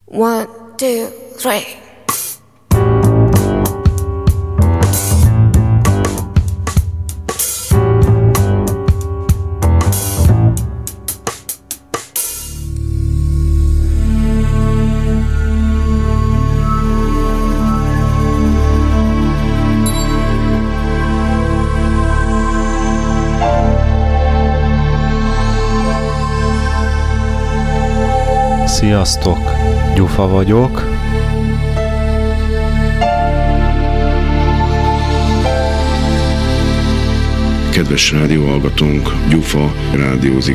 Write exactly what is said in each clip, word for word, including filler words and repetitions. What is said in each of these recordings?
One, two, three. Sziasztok! Gyufa vagyok. Kedves rádióhallgatónk, Gyufa rádiózik.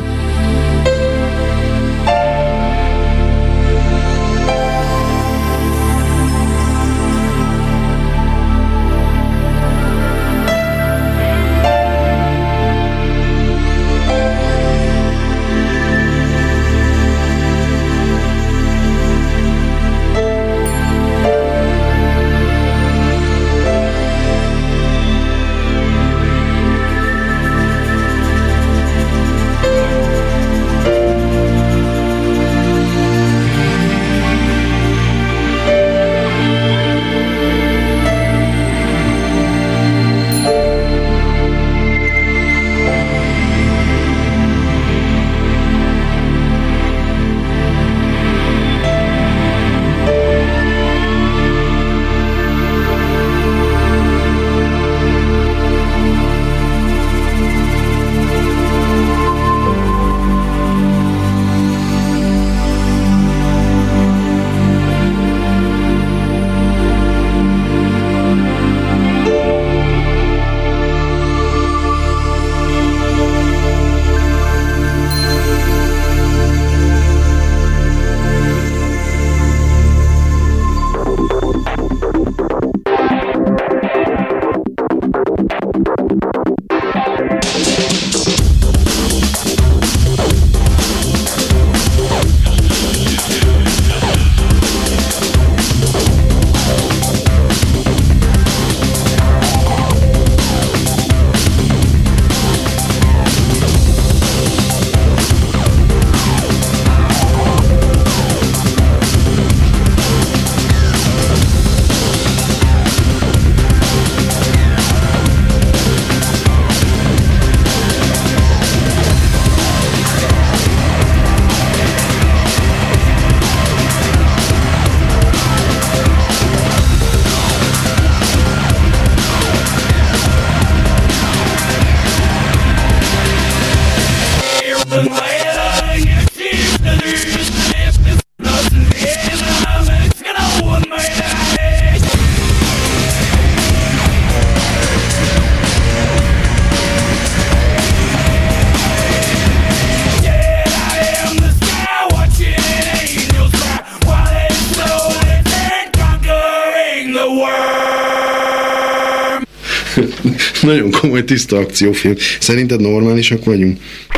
Nagyon komoly, tiszta akciófilm. Szerinted normálisak vagyunk?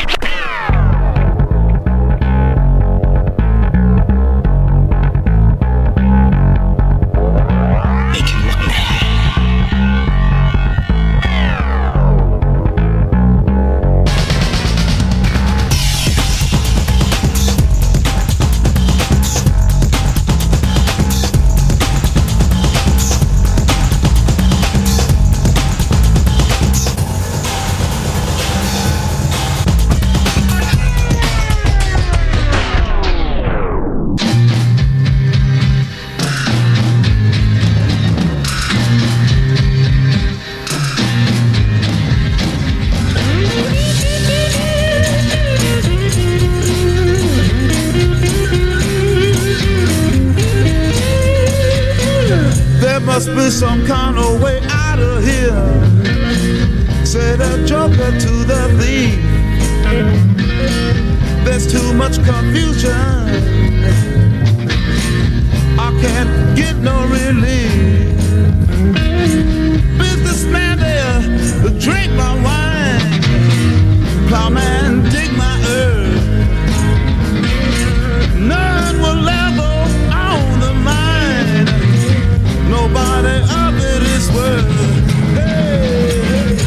Must be some kind of way out of here, said a joker to the thief. There's too much confusion, I can't get no relief. Businessman there, drink my wine. Plowman, dig my earth. None will ever own the mine. Nobody of it is worth. Hey, hey.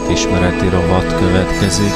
történetismereti rovat következik.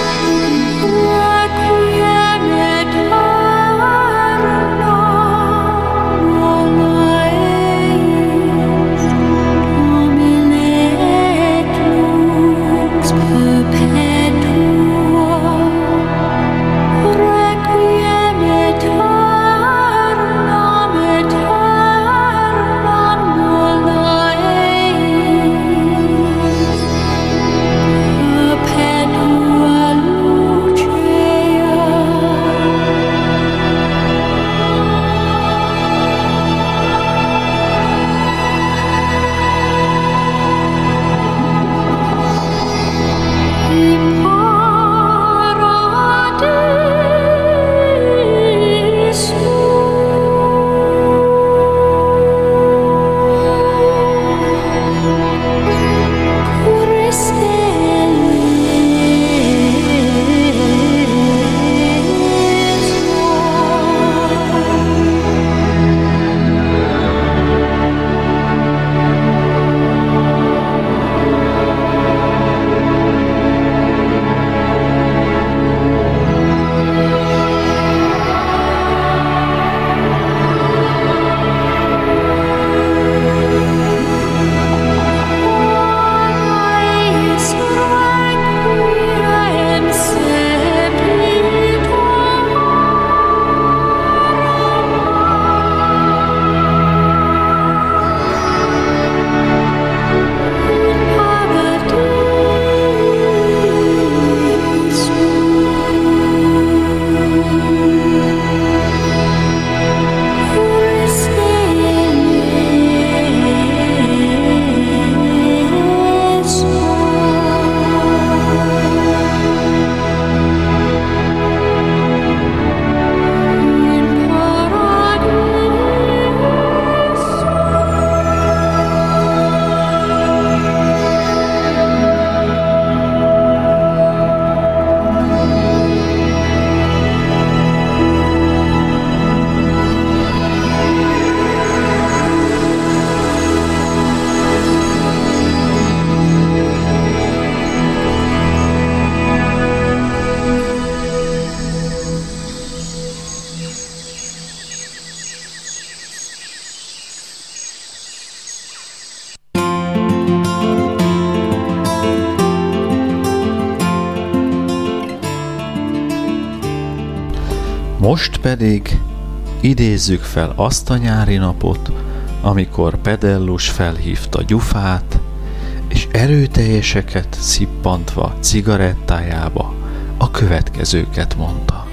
Most pedig idézzük fel azt a nyári napot, amikor Pedellus felhívta Gyufát, és erőteljeseket szippantva cigarettájába a következőket mondta.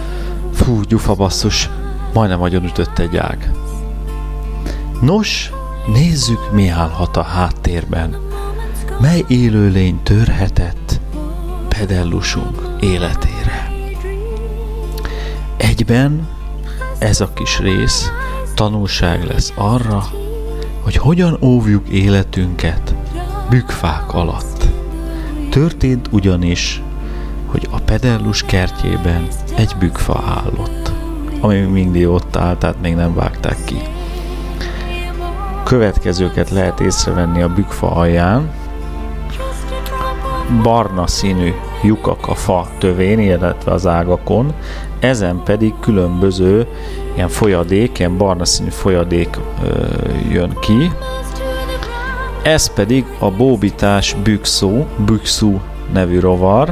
Fú, Gyufa basszus, majdnem agyonütött egy ág. Nos, nézzük, mi állhat a háttérben. Mely élőlény törhetett Pedellusunk életére. Egyben ez a kis rész tanulság lesz arra, hogy hogyan óvjuk életünket bükkfák alatt. Történt ugyanis, hogy a Pedellus kertjében egy bükkfa állott, ami mindig ott áll, tehát még nem vágták ki. Következőket lehet észrevenni a bükkfa alján. Barna színű lyukak a fa tövén, illetve az ágakon, ezen pedig különböző ilyen folyadék, ilyen barna színű folyadék ö, jön ki. Ez pedig a bóbitás bükszó, bükszú nevű rovar,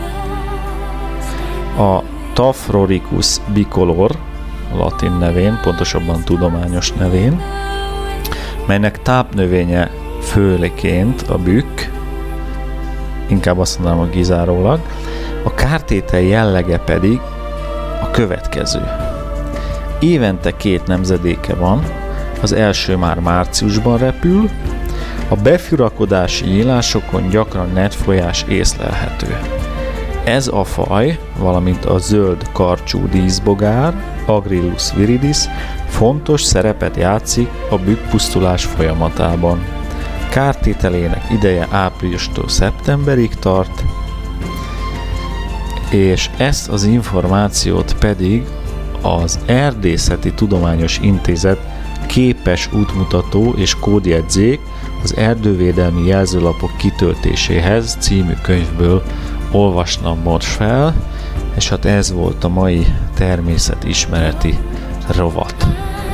a Taphroricus bicolor, latin nevén, pontosabban tudományos nevén, melynek tápnövénye főleként a bükk, inkább azt mondanám, a kizárólag. A kártétel jellege pedig a következő. Évente két nemzedéke van, az első már márciusban repül, a befurakodási nyílásokon gyakran netfolyás észlelhető. Ez a faj, valamint a zöld karcsú díszbogár, Agrillus viridis, fontos szerepet játszik a bükkpusztulás folyamatában. Kártételének ideje áprilistól szeptemberig tart, és ezt az információt pedig az Erdészeti Tudományos Intézet képes útmutató és kódjegyzék, az erdővédelmi jelzőlapok kitöltéséhez című könyvből olvasnom most fel, és hát ez volt a mai természetismereti rovat.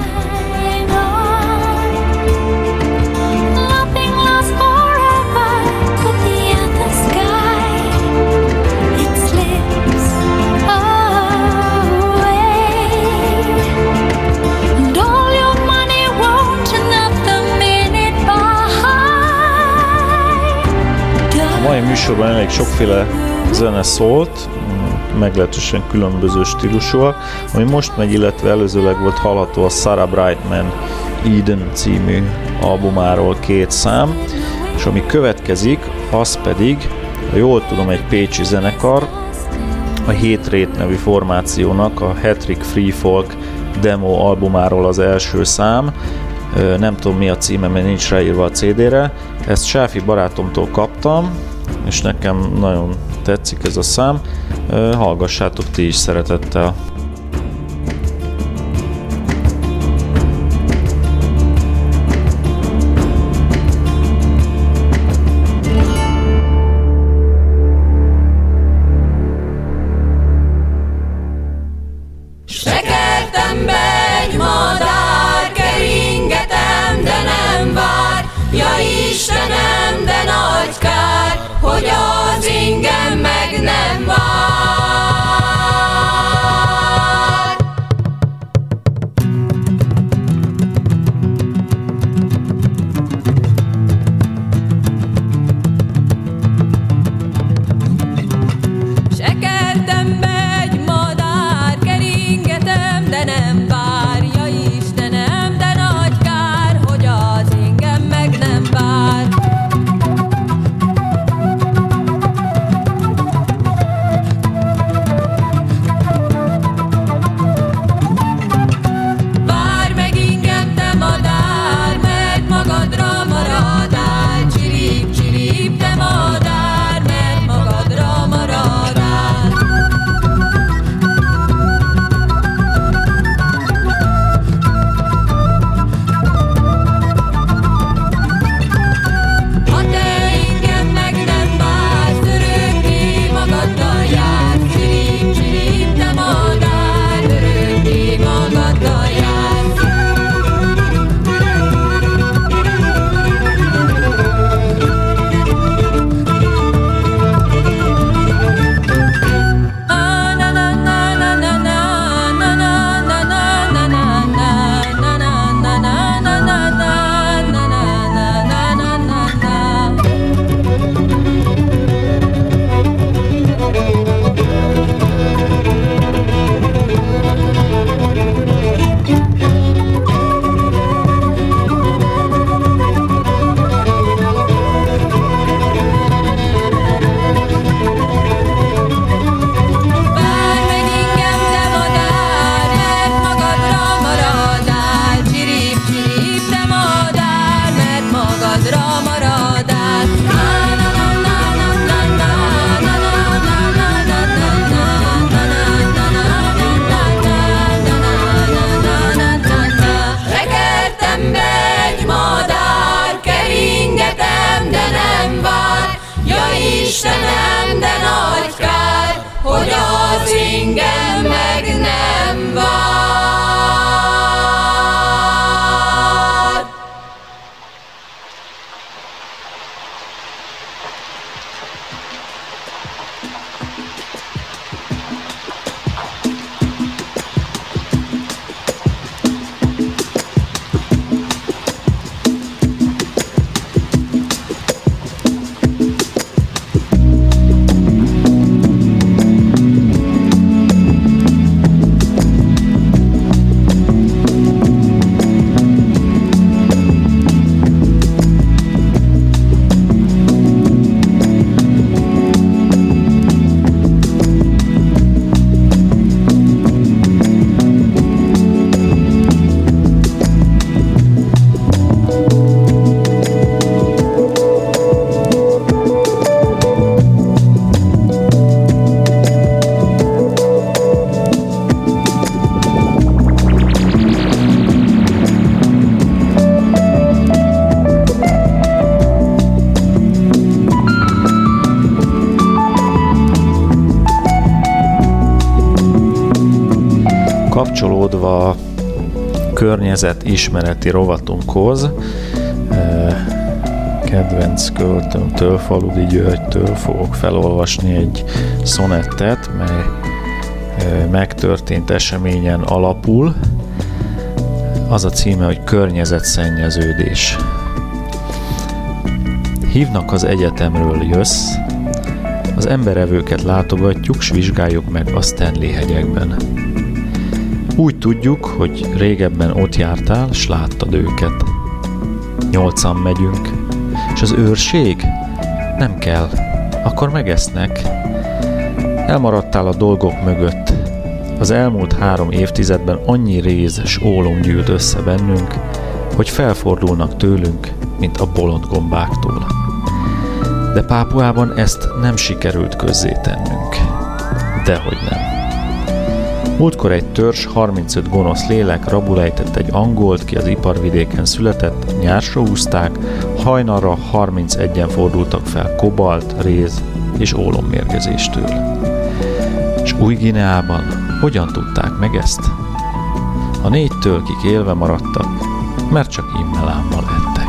A mai műsorban elég sokféle zene szólt, meglehetősen különböző stílusúak. Ami most megy, illetve előzőleg volt hallható a Sarah Brightman Eden című albumáról két szám, és ami következik, az pedig, ha jól tudom, egy pécsi zenekar, a Hétrét nevű formációnak a Hattrick Free Folk demo albumáról az első szám. Nem tudom, mi a címe, mert nincs ráírva a cé dére. Ezt Sáfi barátomtól kaptam, és nekem nagyon tetszik ez a szám. Hallgassátok ti is szeretettel. Sekertem be egy madár, keringetem, de nem vár. Ja Istenem, de nagy kár, hogy az ingem meg nem vár. Sekertem be egy madár, keringetem, de nem vár. Ja Istenem, de nagy kár, hogy az ingem meg nem vár. Kapcsolódva környezetismereti rovatunkhoz, kedvenc költőmtől, Faludi Györgytől fogok felolvasni egy szonettet, mely megtörtént eseményen alapul. Az a címe, hogy Környezetszennyeződés. Hívnak az egyetemről, jössz, az emberevőket látogatjuk, s vizsgáljuk meg a Stanley-hegyekben. Úgy tudjuk, hogy régebben ott jártál, s láttad őket. Nyolcan megyünk, és az őrség? Nem kell, akkor megesznek. Elmaradtál a dolgok mögött. Az elmúlt három évtizedben annyi réz s ólom gyűlt össze bennünk, hogy felfordulnak tőlünk, mint a bolond gombáktól. De Pápuában ezt nem sikerült közzétennünk. Dehogy nem. Múltkor egy törzs, harmincöt gonosz lélek rabulejtett egy angolt, ki az iparvidéken született, nyársra húzták, hajnalra harmincegyen fordultak fel kobalt, réz és ólommérgezéstől. És Új-Guineában hogyan tudták meg ezt? A négytől, kik élve maradtak, mert csak immelámmal ettek.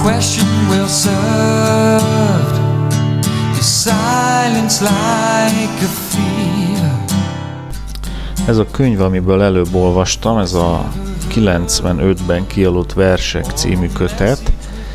question well served. Your silence like a fear. Ez a könyv, amiből előbb olvastam, ez a kilencvenötben kiadott Versek című kötet.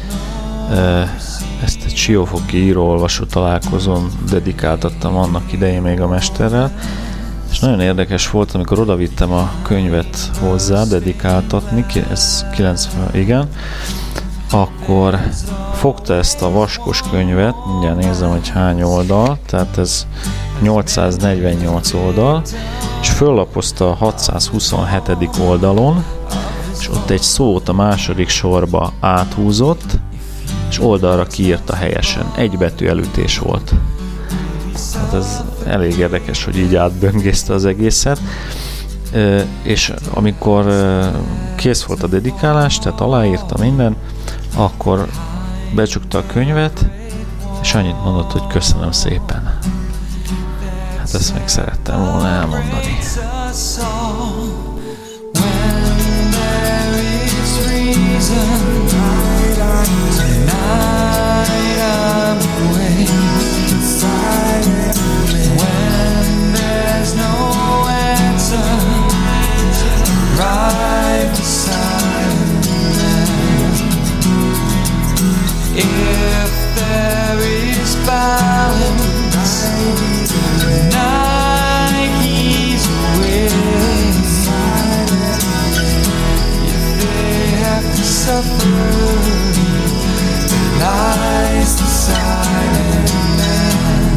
Ezt egy siófoki író-olvasó találkozón dedikáltattam annak idején még a mesterrel, és nagyon érdekes volt, amikor odavittem a könyvet hozzá dedikáltatni, ez kilencven, igen, akkor fogta ezt a vaskos könyvet, mindjárt nézem, hogy hány oldal, tehát ez nyolcszáznegyvennyolc oldal, és föllapozta a hatszázhuszonhetedik oldalon, és ott egy szót a második sorba áthúzott, és oldalra kiírta helyesen. Egy betű elütés volt. Hát ez elég érdekes, hogy így átböngészte az egészet. E, és amikor e, kész volt a dedikálás, tehát aláírta minden, akkor becsukta a könyvet, és annyit mondott, hogy köszönöm szépen. Hát ezt még szerettem volna elmondani. If there is balance, night he's away. If they have to suffer, lies the silent man.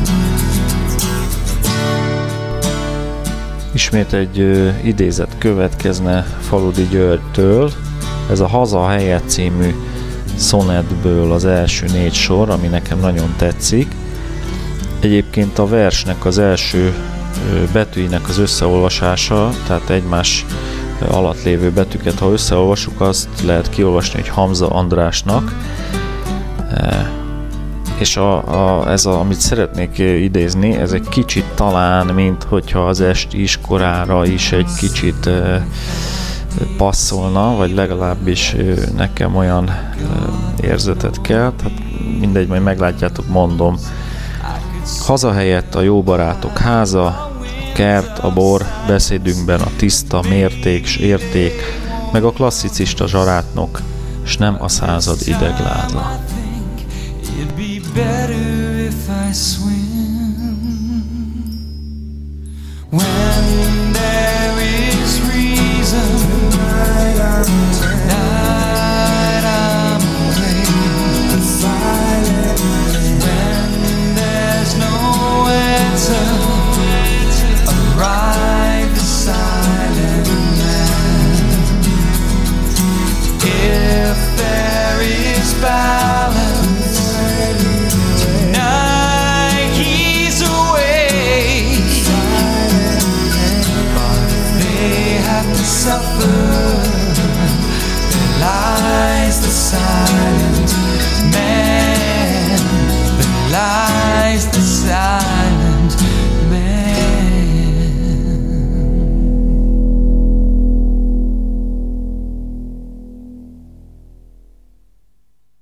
Ismét egy ö, idézet következne Faludi Györgytől. Ez a Haza helyett című szonetből az első négy sor, ami nekem nagyon tetszik. Egyébként a versnek az első betűinek az összeolvasása, tehát egymás alatt lévő betűket, ha összeolvasjuk, azt lehet kiolvasni, hogy Hamza Andrásnak. És a, a, ez, a, amit szeretnék idézni, ez egy kicsit talán, mint hogyha az esti iskorára is egy kicsit passzolna, vagy legalábbis nekem olyan érzetet kell, tehát mindegy, majd meglátjátok, mondom. Haza helyett a jó barátok háza, a kert, a bor, beszédünkben a tiszta mérték s érték, meg a klasszicista zsarátnok, s nem a század idegláza. When there is reason, tonight I'm away. When there's no answer, arrive the silent man. If there is balance, tonight he's away. To suffer, there lies the silent man, there lies